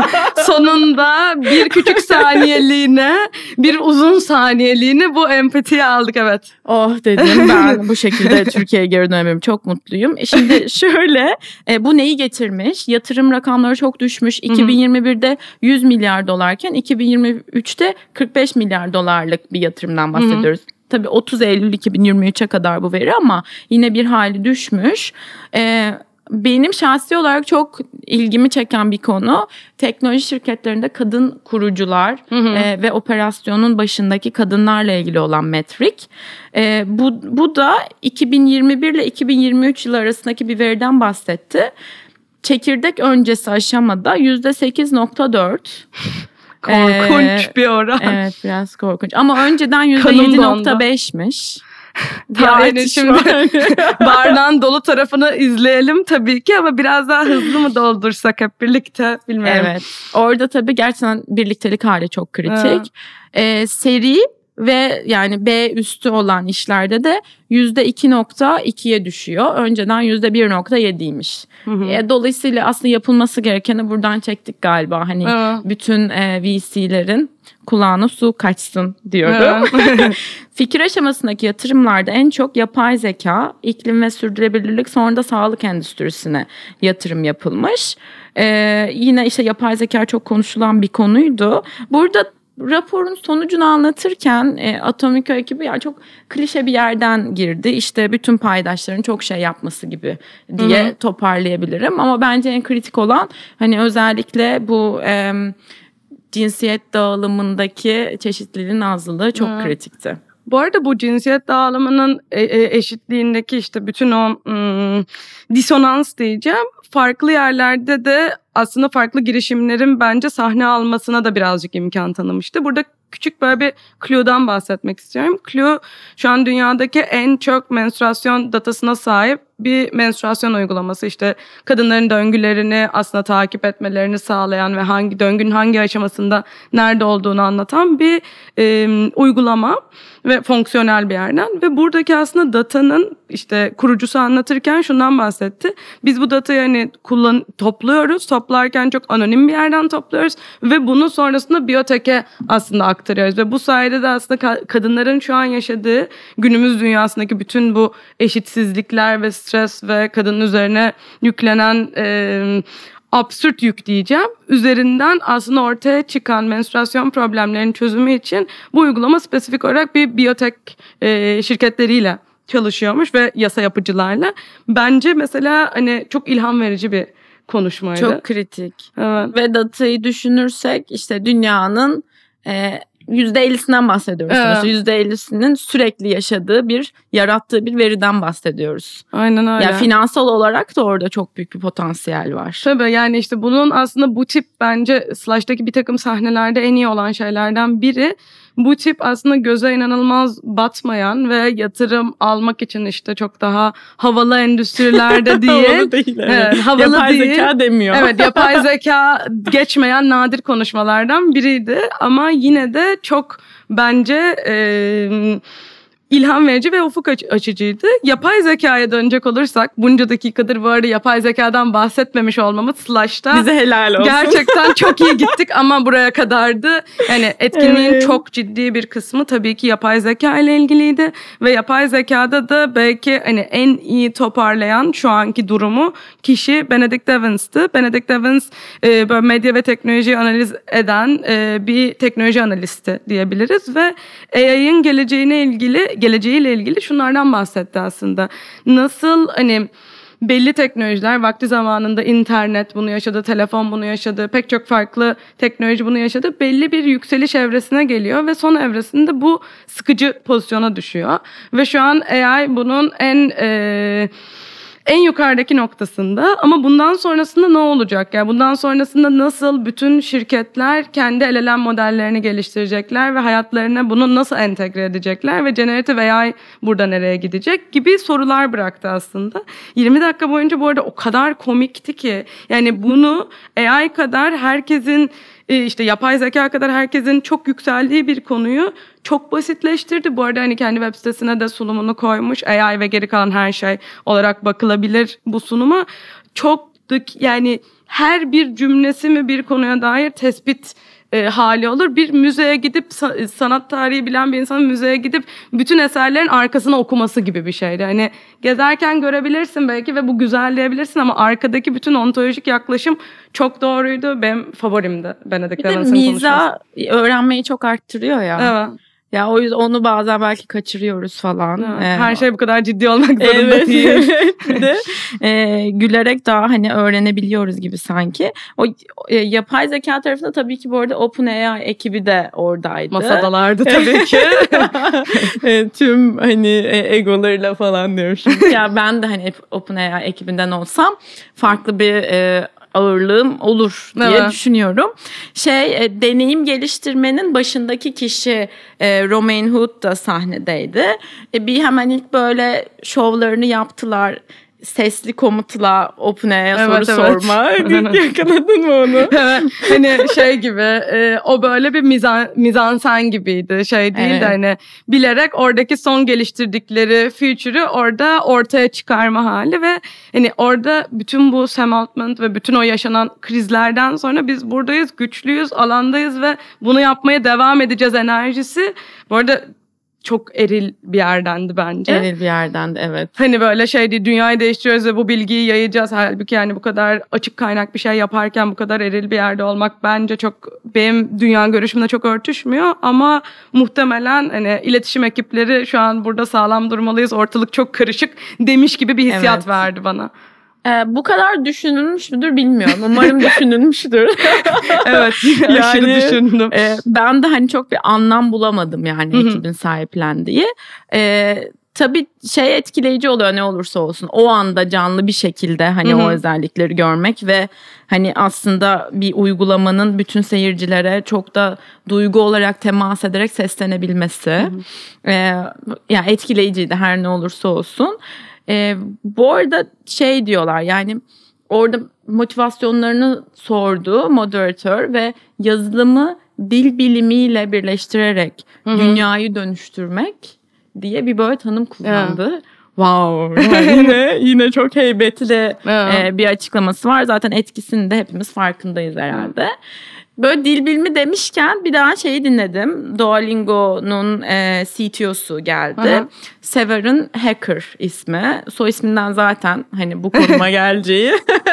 A: Sonunda bir küçük saniyeliğine, bir uzun saniyeliğine bu empatiyi aldık, evet.
B: Oh dedim, ben bu şekilde Türkiye'ye geri dönemem, çok mutluyum. Şimdi şöyle, e, bu neyi getirmiş? Yatırım rakamları çok düşmüş. iki bin yirmi birde yüz milyar dolarken iki bin yirmi üçte kırk beş milyar dolarlık bir yatırımdan bahsediyoruz. Hı hı. Tabii otuz Eylül iki bin yirmi üçe kadar bu veri ama yine bir hali düşmüş. Ee, benim şahsi olarak çok ilgimi çeken bir konu teknoloji şirketlerinde kadın kurucular hı hı. E, ve operasyonun başındaki kadınlarla ilgili olan metrik. E, bu, bu da iki bin yirmi bir ile iki bin yirmi üç yılı arasındaki bir veriden bahsetti. Çekirdek öncesi aşamada yüzde sekiz nokta dört
A: Korkunç ee, bir oran.
B: Evet, biraz korkunç. Ama önceden yüzde yedi nokta beşmiş.
A: Yani şimdi bardağın dolu tarafını izleyelim tabii ki ama biraz daha hızlı mı doldursak hep birlikte bilmiyorum.
B: Evet. Orada tabii gerçekten birliktelik hali çok kritik. Ee, seri ve yani B üstü olan işlerde de yüzde iki nokta ikiye düşüyor. Önceden yüzde bir nokta yediymiş. E, dolayısıyla aslında yapılması gerekeni buradan çektik galiba. Hani evet. bütün e, V C'lerin kulağına su kaçsın diyorum. Evet. Fikir aşamasındaki yatırımlarda en çok yapay zeka, iklim ve sürdürülebilirlik, sonra da sağlık endüstrisine yatırım yapılmış. Ee, yine işte yapay zeka çok konuşulan bir konuydu. Burada raporun sonucunu anlatırken e, Atomico ekibi yani çok klişe bir yerden girdi. İşte bütün paydaşların çok şey yapması gibi diye Hı-hı. toparlayabilirim. Ama bence en kritik olan hani özellikle bu e, cinsiyet dağılımındaki çeşitliliğin azlığı çok Hı-hı. kritikti.
A: Bu arada bu cinsiyet dağılımının eşitliğindeki işte bütün o ım, disonans diyeceğim. Farklı yerlerde de aslında farklı girişimlerin bence sahne almasına da birazcık imkan tanımıştı. Burada küçük böyle bir Clue'dan bahsetmek istiyorum. Clue şu an dünyadaki en çok menstruasyon datasına sahip bir menstruasyon uygulaması. İşte kadınların döngülerini aslında takip etmelerini sağlayan ve hangi döngünün hangi aşamasında nerede olduğunu anlatan bir e, uygulama ve fonksiyonel bir yerden. Ve buradaki aslında datanın işte kurucusu anlatırken şundan bahsetti. Biz bu datayı hani kullan topluyoruz. Toplarken çok anonim bir yerden topluyoruz ve bunu sonrasında biyoteke aslında aktarıyoruz ve bu sayede de aslında ka- kadınların şu an yaşadığı günümüz dünyasındaki bütün bu eşitsizlikler ve stres ve kadının üzerine yüklenen e, absürt yük diyeceğim. Üzerinden aslında ortaya çıkan menstruasyon problemlerinin çözümü için bu uygulama spesifik olarak bir biyotek e, şirketleriyle çalışıyormuş ve yasa yapıcılarla. Bence mesela hani çok ilham verici bir konuşmaydı.
B: Çok kritik.
A: Evet.
B: Ve datayı düşünürsek işte dünyanın e, yüzde ellisinden bahsediyoruz. Evet. yüzde ellisinin sürekli yaşadığı bir, yarattığı bir veriden bahsediyoruz.
A: Aynen öyle.
B: Yani finansal olarak da orada çok büyük bir potansiyel var.
A: Tabii yani işte bunun aslında bu tip bence Slash'taki bir takım sahnelerde en iyi olan şeylerden biri. Bu tip aslında göze inanılmaz batmayan ve yatırım almak için işte çok daha havalı endüstrilerde diye.
B: Havalı değil. Evet.
A: Evet, havalı
B: yapay
A: değil.
B: zeka demiyor.
A: Evet, yapay zeka geçmeyen nadir konuşmalardan biriydi. Ama yine de çok bence e, ilham verici ve ufuk açıcıydı. Yapay zekaya dönecek olursak bunca dakikadır bu arada yapay zekadan bahsetmemiş olmamız Slash'ta.
B: Bize helal olsun.
A: Gerçekten çok iyi gittik ama buraya kadardı. Yani etkinliğin evet. çok ciddi bir kısmı tabii ki yapay zeka ile ilgiliydi. Ve yapay zekada da belki hani en iyi toparlayan şu anki durumu kişi Benedict Evans'tı. Benedict Evans e, böyle medya ve teknoloji analiz eden e, bir teknoloji analisti diyebiliriz. Ve A I'ın geleceğine ilgili geleceğiyle ilgili şunlardan bahsetti aslında. Nasıl hani belli teknolojiler vakti zamanında internet bunu yaşadı, telefon bunu yaşadı, pek çok farklı teknoloji bunu yaşadı. Belli bir yükseliş evresine geliyor ve son evresinde bu sıkıcı pozisyona düşüyor. Ve şu an A I bunun en e, en yukarıdaki noktasında, ama bundan sonrasında ne olacak? Yani bundan sonrasında nasıl bütün şirketler kendi L L M modellerini geliştirecekler ve hayatlarına bunu nasıl entegre edecekler ve generative A I burada nereye gidecek gibi sorular bıraktı aslında. yirmi dakika boyunca bu arada o kadar komikti ki, yani bunu A I kadar herkesin, işte yapay zeka kadar herkesin çok yükseldiği bir konuyu çok basitleştirdi. Bu arada hani kendi web sitesine de sunumunu koymuş. A I ve geri kalan her şey olarak bakılabilir bu sunuma. Çok yani her bir cümlesi mi bir konuya dair tespit e, hali olur. Bir müzeye gidip sanat tarihi bilen bir insanın müzeye gidip bütün eserlerin arkasını okuması gibi bir şeydi. Hani gezerken görebilirsin belki ve bu güzel diyebilirsin ama arkadaki bütün ontolojik yaklaşım çok doğruydu. Benim favorimdi Benedict Evans'ın konuşması.
B: Bir de miza öğrenmeyi çok arttırıyor ya.
A: Evet.
B: Ya o yüzden onu bazen belki kaçırıyoruz falan.
A: Evet, ee, her şey bu kadar ciddi olmak zorunda
B: evet,
A: değil.
B: de, e, gülerek daha hani öğrenebiliyoruz gibi sanki. O e, yapay zeka tarafında tabii ki bu arada OpenAI ekibi de oradaydı.
A: Masadalardı tabii ki.
B: e, tüm hani e, egolarıyla falan diyorum şimdi. Ya ben de hani OpenAI ekibinden olsam farklı bir e, ağırlığım olur diye evet. düşünüyorum. Şey e, deneyim geliştirmenin başındaki kişi e, Romain Hood da sahnedeydi. E, bir hemen ilk böyle şovlarını yaptılar. Sesli komutla OpenAI'ye evet, soru evet. sorma. Yakaladın mı onu?
A: Evet. Hani şey gibi e, o böyle bir mizan, mizansen gibiydi. Şey değil evet. de hani bilerek oradaki son geliştirdikleri feature'ı orada ortaya çıkarma hali ve hani orada bütün bu Sam Altman ve bütün o yaşanan krizlerden sonra biz buradayız, güçlüyüz, alandayız ve bunu yapmaya devam edeceğiz enerjisi. Bu arada çok eril bir yerdendi bence.
B: Eril bir yerdendi evet.
A: Hani böyle şey değil, dünyayı değiştiriyoruz ve bu bilgiyi yayacağız. Halbuki yani bu kadar açık kaynak bir şey yaparken bu kadar eril bir yerde olmak bence çok benim dünya görüşümle çok örtüşmüyor. Ama muhtemelen hani iletişim ekipleri şu an burada sağlam durmalıyız, ortalık çok karışık demiş gibi bir hissiyat evet. verdi bana.
B: Ee, bu kadar düşünülmüş müdür bilmiyorum. Umarım düşünülmüştür.
A: Evet. Yani düşündüm.
B: E, ben de hani çok bir anlam bulamadım yani Hı-hı. ekibin sahiplendiği. E, tabii şey etkileyici oluyor ne olursa olsun. O anda canlı bir şekilde hani Hı-hı. o özellikleri görmek ve hani aslında bir uygulamanın bütün seyircilere çok da duygu olarak temas ederek seslenebilmesi. E, yani etkileyiciydi her ne olursa olsun. Ee, bu arada şey diyorlar yani orada motivasyonlarını sordu moderatör ve yazılımı dil bilimiyle birleştirerek Hı-hı. dünyayı dönüştürmek diye bir böyle tanım kullandı. Evet. Wow. Yani yine yine çok heybetli e, bir açıklaması var. Zaten etkisini de hepimiz farkındayız herhalde. Hı. Böyle dil bilimi demişken bir daha şeyi dinledim. Duolingo'nun e, C T O'su geldi. Aha. Severin Hacker ismi. Soy isminden zaten hani bu konuma geleceği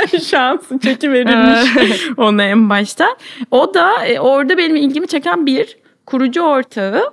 B: şansı çekiverilmiş ona en başta. O da e, orada benim ilgimi çeken bir kurucu ortağı,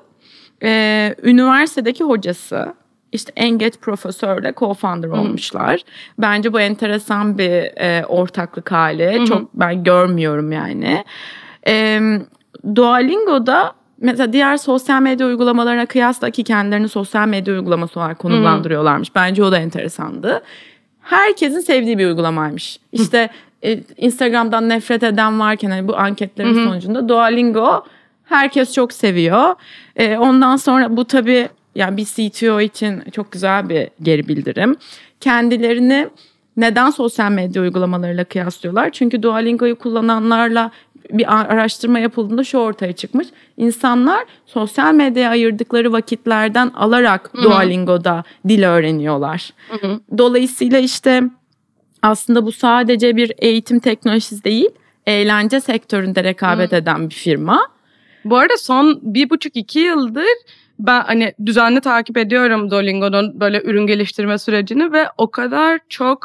B: e, üniversitedeki hocası. İşte Engage profesörle co-founder Hı-hı. olmuşlar. Bence bu enteresan bir e, ortaklık hali. Hı-hı. Çok ben görmüyorum yani. E, Duolingo'da mesela diğer sosyal medya uygulamalarına kıyasla ki kendilerini sosyal medya uygulaması olarak konumlandırıyorlarmış. Hı-hı. Bence o da enteresandı. Herkesin sevdiği bir uygulamaymış. İşte e, Instagram'dan nefret eden varken hani bu anketlerin Hı-hı. sonucunda Duolingo herkes çok seviyor. E, ondan sonra bu tabii yani bir C T O için çok güzel bir geri bildirim. Kendilerini neden sosyal medya uygulamalarıyla kıyaslıyorlar? Çünkü Duolingo'yu kullananlarla bir araştırma yapıldığında şu ortaya çıkmış. İnsanlar sosyal medyaya ayırdıkları vakitlerden alarak Hı-hı. Duolingo'da dil öğreniyorlar. Hı-hı. Dolayısıyla işte aslında bu sadece bir eğitim teknolojisi değil, eğlence sektöründe rekabet Hı-hı. eden bir firma.
A: Bu arada son bir buçuk iki yıldır ben hani düzenli takip ediyorum Duolingo'nun böyle ürün geliştirme sürecini ve o kadar çok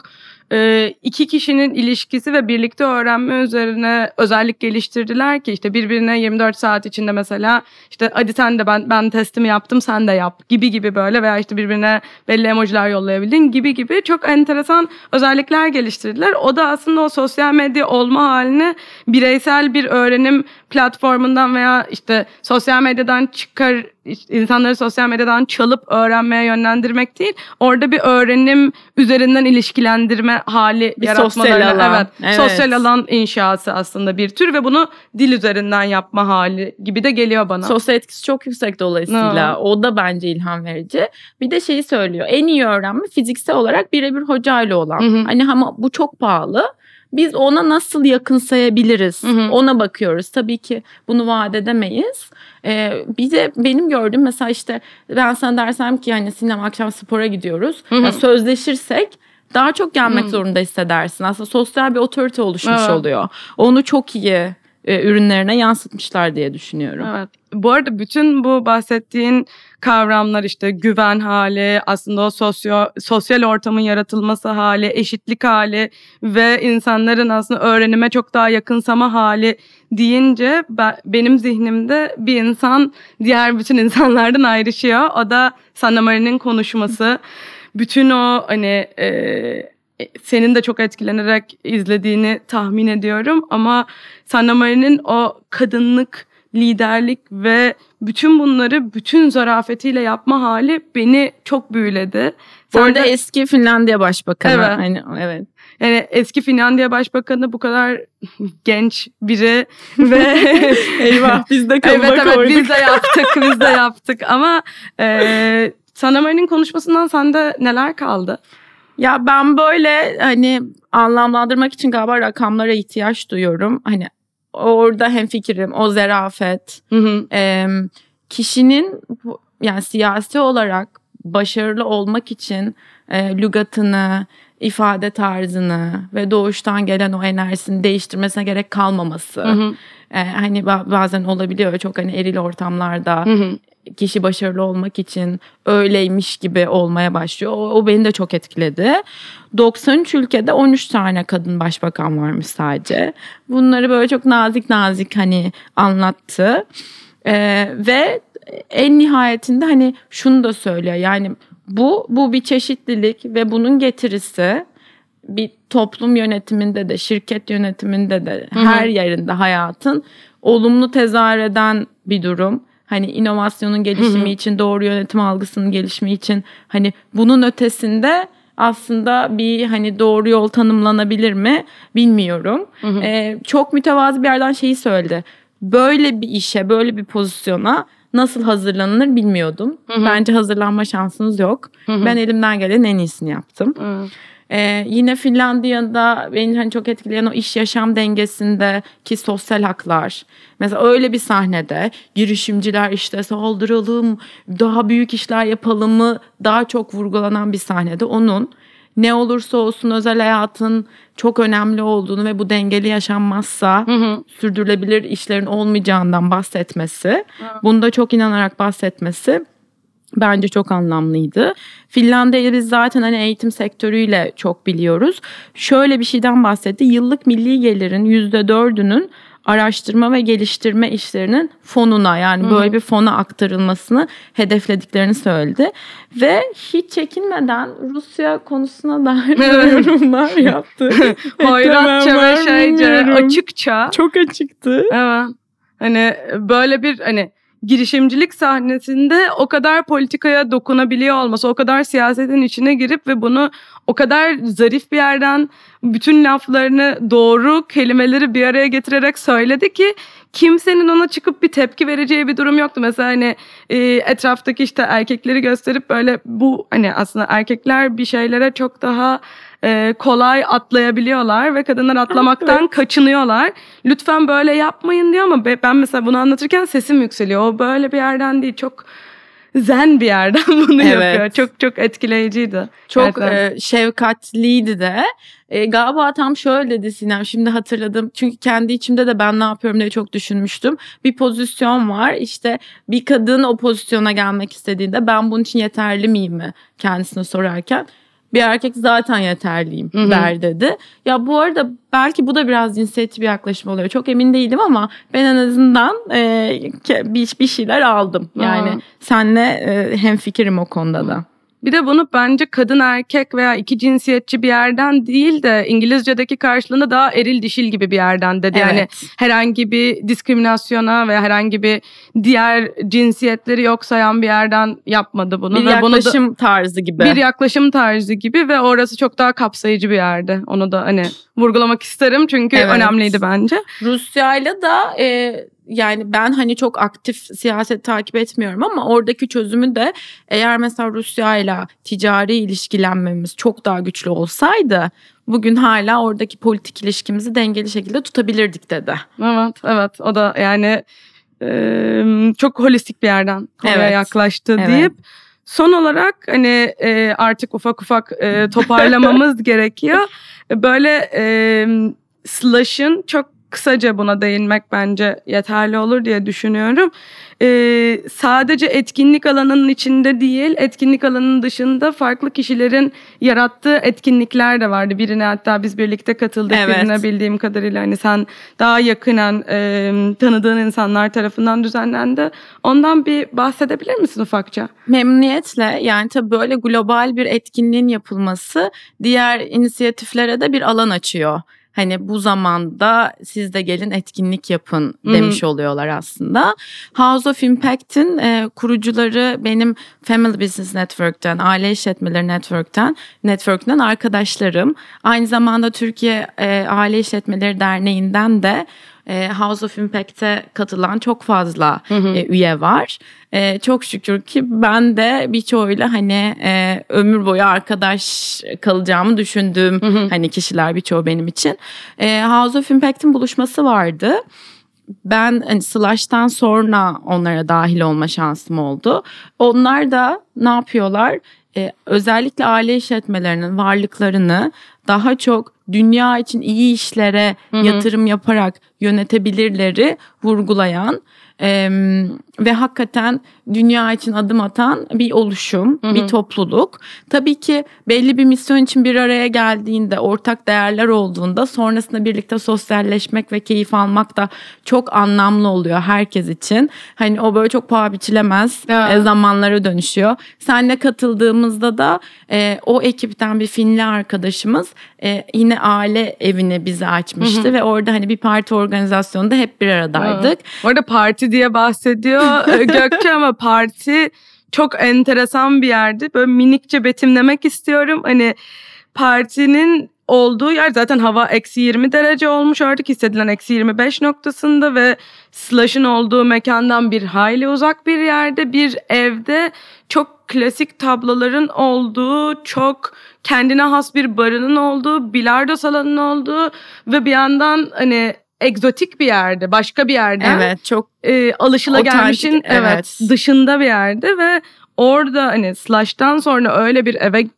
A: e, iki kişinin ilişkisi ve birlikte öğrenme üzerine özellik geliştirdiler ki işte birbirine yirmi dört saat içinde mesela işte hadi sen de ben ben testimi yaptım sen de yap gibi gibi böyle veya işte birbirine belli emojiler yollayabildin gibi gibi çok enteresan özellikler geliştirdiler. O da aslında o sosyal medya olma halini bireysel bir öğrenim platformundan veya işte sosyal medyadan çıkar insanları sosyal medyadan çalıp öğrenmeye yönlendirmek değil. Orada bir öğrenim üzerinden ilişkilendirme hali
B: bir
A: yaratmalarına.
B: Sosyal alan.
A: Evet, evet. Sosyal alan inşası aslında bir tür ve bunu dil üzerinden yapma hali gibi de geliyor bana.
B: Sosyal etkisi çok yüksek dolayısıyla. No. O da bence ilham verici. Bir de şeyi söylüyor. En iyi öğrenme fiziksel olarak birebir hocayla olan. Hı hı. Hani ama bu çok pahalı. Biz ona nasıl yakınsayabiliriz? Hı hı. Ona bakıyoruz. Tabii ki bunu vaat edemeyiz. Ee, bir de benim gördüğüm mesela işte ben sana dersem ki hani Sinem akşam spora gidiyoruz. Hı hı. Yani sözleşirsek daha çok gelmek hı. zorunda hissedersin. Aslında sosyal bir otorite oluşmuş evet. oluyor. Onu çok iyi e, ürünlerine yansıtmışlar diye düşünüyorum.
A: Evet. Bu arada bütün bu bahsettiğin kavramlar işte güven hali, aslında o sosyo, sosyal ortamın yaratılması hali, eşitlik hali ve insanların aslında öğrenime çok daha yakınsama hali deyince ben, benim zihnimde bir insan diğer bütün insanlardan ayrışıyor. O da Sanna Marin'in konuşması. Bütün o hani e, senin de çok etkilenerek izlediğini tahmin ediyorum ama Sanna Marin'in o kadınlık, liderlik ve bütün bunları bütün zarafetiyle yapma hali beni çok büyüledi.
B: Bu arada de... eski Finlandiya Başbakanı.
A: Evet.
B: Hani, evet.
A: Yani eski Finlandiya Başbakanı bu kadar genç biri ve
B: eyvah biz de kalıba
A: evet,
B: koyduk.
A: Evet biz de yaptık biz de yaptık ama e, Sanna Marin'in konuşmasından sende neler kaldı?
B: Ya ben böyle hani anlamlandırmak için galiba rakamlara ihtiyaç duyuyorum. Hani orada hemfikirim, o zarafet, hı hı. E, kişinin yani siyasi olarak başarılı olmak için e, lügatını, ifade tarzını ve doğuştan gelen o enerjisini değiştirmesine gerek kalmaması. Hı hı. E, hani bazen olabiliyor çok hani eril ortamlarda. Hı hı. Kişi başarılı olmak için öyleymiş gibi olmaya başlıyor. O, o beni de çok etkiledi. doksan üç ülkede on üç tane kadın başbakan varmış sadece. Bunları böyle çok nazik nazik hani anlattı. Ee, ve en nihayetinde hani şunu da söylüyor. Yani bu bu bir çeşitlilik ve bunun getirisi bir toplum yönetiminde de şirket yönetiminde de Hı-hı. her yerinde hayatın olumlu tezahür eden bir durum. Hani inovasyonun gelişimi Hı-hı. için, doğru yönetim algısının gelişimi için hani bunun ötesinde aslında bir hani doğru yol tanımlanabilir mi bilmiyorum. Ee, çok mütevazı bir yerden şeyi söyledi. Böyle bir işe, böyle bir pozisyona nasıl hazırlanılır bilmiyordum. Hı-hı. Bence hazırlanma şansınız yok. Hı-hı. Ben elimden gelen en iyisini yaptım. Hı-hı. Ee, yine Finlandiya'da beni hani çok etkileyen o iş yaşam dengesindeki sosyal haklar. Mesela öyle bir sahnede girişimciler işte saldıralım, daha büyük işler yapalımı daha çok vurgulanan bir sahnede onun ne olursa olsun özel hayatın çok önemli olduğunu ve bu dengeli yaşanmazsa hı hı. sürdürülebilir işlerin olmayacağından bahsetmesi, hı. bunda çok inanarak bahsetmesi bence çok anlamlıydı. Finlandiya'yı biz zaten hani eğitim sektörüyle çok biliyoruz. Şöyle bir şeyden bahsetti. Yıllık milli gelirin yüzde dördünün araştırma ve geliştirme işlerinin fonuna yani Hı-hı. böyle bir fona aktarılmasını hedeflediklerini söyledi. Ve hiç çekinmeden Rusya konusuna dair yorumlar yaptı.
A: Hoyratça ve şeyce açıkça.
B: Çok açıktı.
A: Evet. Hani böyle bir hani girişimcilik sahnesinde o kadar politikaya dokunabiliyor olması, o kadar siyasetin içine girip ve bunu o kadar zarif bir yerden bütün laflarını doğru kelimeleri bir araya getirerek söyledi ki kimsenin ona çıkıp bir tepki vereceği bir durum yoktu. Mesela hani e, etraftaki işte erkekleri gösterip böyle bu hani aslında erkekler bir şeylere çok daha e, kolay atlayabiliyorlar ve kadınlar atlamaktan evet. kaçınıyorlar. Lütfen böyle yapmayın diyor ama ben mesela bunu anlatırken sesim yükseliyor. O böyle bir yerden değil, çok zen bir yerden bunu evet. yapıyor. Çok çok etkileyiciydi.
B: Çok e, şefkatliydi de. E, galiba tam şöyle dedi Sinem, şimdi hatırladım. Çünkü kendi içimde de ben ne yapıyorum diye çok düşünmüştüm. Bir pozisyon var, işte bir kadın o pozisyona gelmek istediğinde ben bunun için yeterli miyim mi kendisine sorarken. bir erkek zaten yeterliyim Hı-hı. der dedi. Ya bu arada belki bu da biraz cinsiyetçi bir yaklaşım oluyor. Çok emin değilim ama ben en azından e, bir, bir şeyler aldım. Yani Hı-hı. senle e, hemfikirim o konuda da.
A: Bir de bunu bence kadın erkek veya iki cinsiyetçi bir yerden değil de İngilizce'deki karşılığında daha eril dişil gibi bir yerden dedi. Evet. Yani herhangi bir diskriminasyona veya herhangi bir diğer cinsiyetleri yok sayan bir yerden yapmadı bunu.
B: Bir
A: ve
B: yaklaşım
A: bunu da,
B: tarzı gibi.
A: Bir yaklaşım tarzı gibi ve orası çok daha kapsayıcı bir yerde. Onu da hani vurgulamak isterim çünkü evet. önemliydi bence.
B: Rusya'yla da e, yani ben hani çok aktif siyaset takip etmiyorum ama oradaki çözümü de eğer mesela Rusya'yla ticari ilişkilenmemiz çok daha güçlü olsaydı bugün hala oradaki politik ilişkimizi dengeli şekilde tutabilirdik dedi.
A: Evet, evet. O da yani e, çok holistik bir yerden konuya evet. yaklaştı evet. deyip son olarak hani e, artık ufak ufak e, toparlamamız gerekiyor. Böyle e, Slush'ın çok kısaca buna değinmek bence yeterli olur diye düşünüyorum. Ee, sadece etkinlik alanının içinde değil, etkinlik alanının dışında farklı kişilerin yarattığı etkinlikler de vardı. Birine hatta biz birlikte katıldık. Evet. Birine bildiğim kadarıyla hani sen daha yakinen e, tanıdığın insanlar tarafından düzenlendi. Ondan bir bahsedebilir misin ufakça?
B: Memnuniyetle. Yani tabii böyle global bir etkinliğin yapılması diğer inisiyatiflere de bir alan açıyor. Hani bu zamanda siz de gelin etkinlik yapın demiş Hı-hı. oluyorlar aslında. House of Impact'in e, kurucuları benim Family Business Network'ten, Aile İşletmeleri Network'ten, Network'ten arkadaşlarım. Aynı zamanda Türkiye e, Aile İşletmeleri Derneği'nden de e, House of Impact'e katılan çok fazla e, üye var. E, çok şükür ki ben de birçoğuyla hani e, ömür boyu arkadaş kalacağımı düşündüğüm hı hı. hani kişiler birçoğu benim için. E, House of Impact'in buluşması vardı. Ben hani Slush'tan sonra onlara dahil olma şansım oldu. Onlar da ne yapıyorlar? Ee, özellikle aile işletmelerinin varlıklarını daha çok dünya için iyi işlere Hı-hı. yatırım yaparak yönetebilirleri vurgulayan e, ve hakikaten dünya için adım atan bir oluşum, Hı-hı. bir topluluk. Tabii ki belli bir misyon için bir araya geldiğinde, ortak değerler olduğunda sonrasında birlikte sosyalleşmek ve keyif almak da çok anlamlı oluyor herkes için. Hani o böyle çok paha biçilemez e, zamanlara dönüşüyor. Seninle katıldığımızda da e, o ekipten bir Finli arkadaşımız e, yine aile evini bize açmıştı Hı-hı. ve orada hani bir parti organizasyonunda hep bir aradaydık.
A: Hı. Orada parti diye bahsediyor Gökçe ama parti çok enteresan bir yerdi. Böyle minikçe betimlemek istiyorum. Hani partinin olduğu yer zaten hava eksi yirmi derece olmuş artık hissedilen eksi yirmi beş noktasında ve Slush'ın olduğu mekandan bir hayli uzak bir yerde bir evde çok klasik tabloların olduğu, çok kendine has bir barının olduğu, bilardo salonunun olduğu ve bir yandan hani egzotik bir yerde, başka bir yerden
B: evet, çok
A: e, alışılagelmişin evet. evet dışında bir yerde ve orada hani Slush'tan sonra öyle bir eve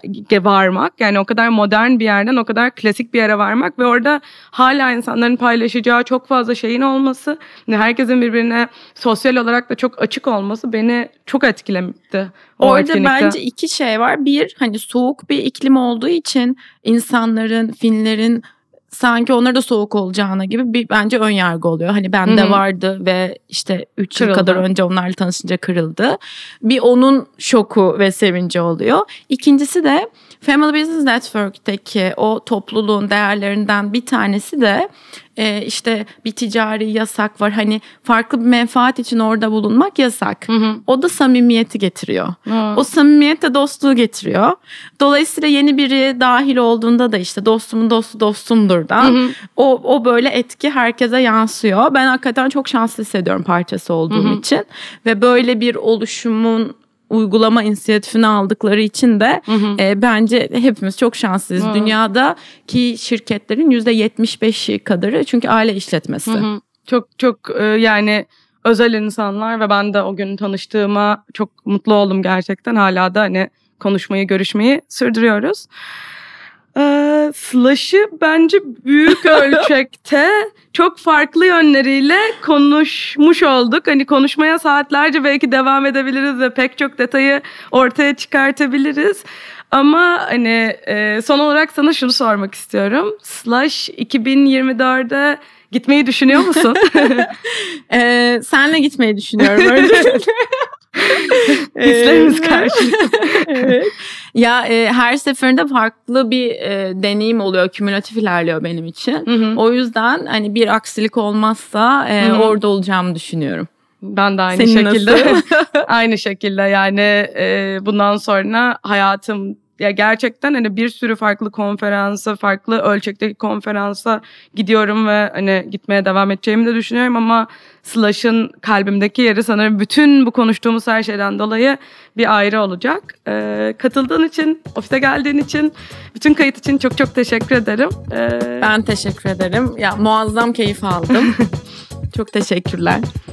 A: varmak yani o kadar modern bir yerden o kadar klasik bir yere varmak ve orada hala insanların paylaşacağı çok fazla şeyin olması herkesin birbirine sosyal olarak da çok açık olması beni çok etkilemişti.
B: Orada etkinlikte. Bence iki şey var. Bir hani soğuk bir iklim olduğu için insanların, Finlerin sanki onlara da soğuk olacağına gibi bir bence ön yargı oluyor. Hani bende Hı-hı. vardı ve işte üç yıl kadar önce onlarla tanışınca kırıldı. Bir onun şoku ve sevinci oluyor. İkincisi de Family Business Network'teki o topluluğun değerlerinden bir tanesi de e, işte bir ticari yasak var. Hani farklı bir menfaat için orada bulunmak yasak. Hı hı. O da samimiyeti getiriyor. Hı. O samimiyet de dostluğu getiriyor. Dolayısıyla yeni biri dahil olduğunda da işte dostumun dostu dostumdurdan hı hı. o o böyle etki herkese yansıyor. Ben hakikaten çok şanslı hissediyorum parçası olduğum hı hı. için ve böyle bir oluşumun uygulama inisiyatifini aldıkları için de hı hı. E, bence hepimiz çok şanslıyız. Hı. Dünyadaki şirketlerin yüzde yetmiş beşi kadarı çünkü aile işletmesi. Hı hı.
A: Çok çok e, yani özel insanlar ve ben de o gün tanıştığıma çok mutlu oldum gerçekten. Hala da hani konuşmayı, görüşmeyi sürdürüyoruz. Ee, Slush'ı bence büyük ölçekte çok farklı yönleriyle konuşmuş olduk. Hani konuşmaya saatlerce belki devam edebiliriz ve pek çok detayı ortaya çıkartabiliriz. Ama hani e, son olarak sana şunu sormak istiyorum. Slash iki bin yirmi dörde gitmeyi düşünüyor musun?
B: ee, senle gitmeyi düşünüyorum öncelikle.
A: Hislerimiz karşılıklı.
B: Evet. Ya e, her seferinde farklı bir e, deneyim oluyor, kümülatif ilerliyor benim için. Hı hı. O yüzden hani bir aksilik olmazsa e, orada olacağımı düşünüyorum.
A: Ben de aynı
B: Senin
A: şekilde. Aynı şekilde yani e, bundan sonra hayatım ya gerçekten hani bir sürü farklı konferansa, farklı ölçekteki konferansa gidiyorum ve hani gitmeye devam edeceğimi de düşünüyorum ama Slash'ın kalbimdeki yeri sanırım bütün bu konuştuğumuz her şeyden dolayı bir ayrı olacak. Ee, katıldığın için, ofise geldiğin için, bütün kayıt için çok çok teşekkür ederim. Ee...
B: Ben teşekkür ederim. Ya muazzam keyif aldım. Çok teşekkürler.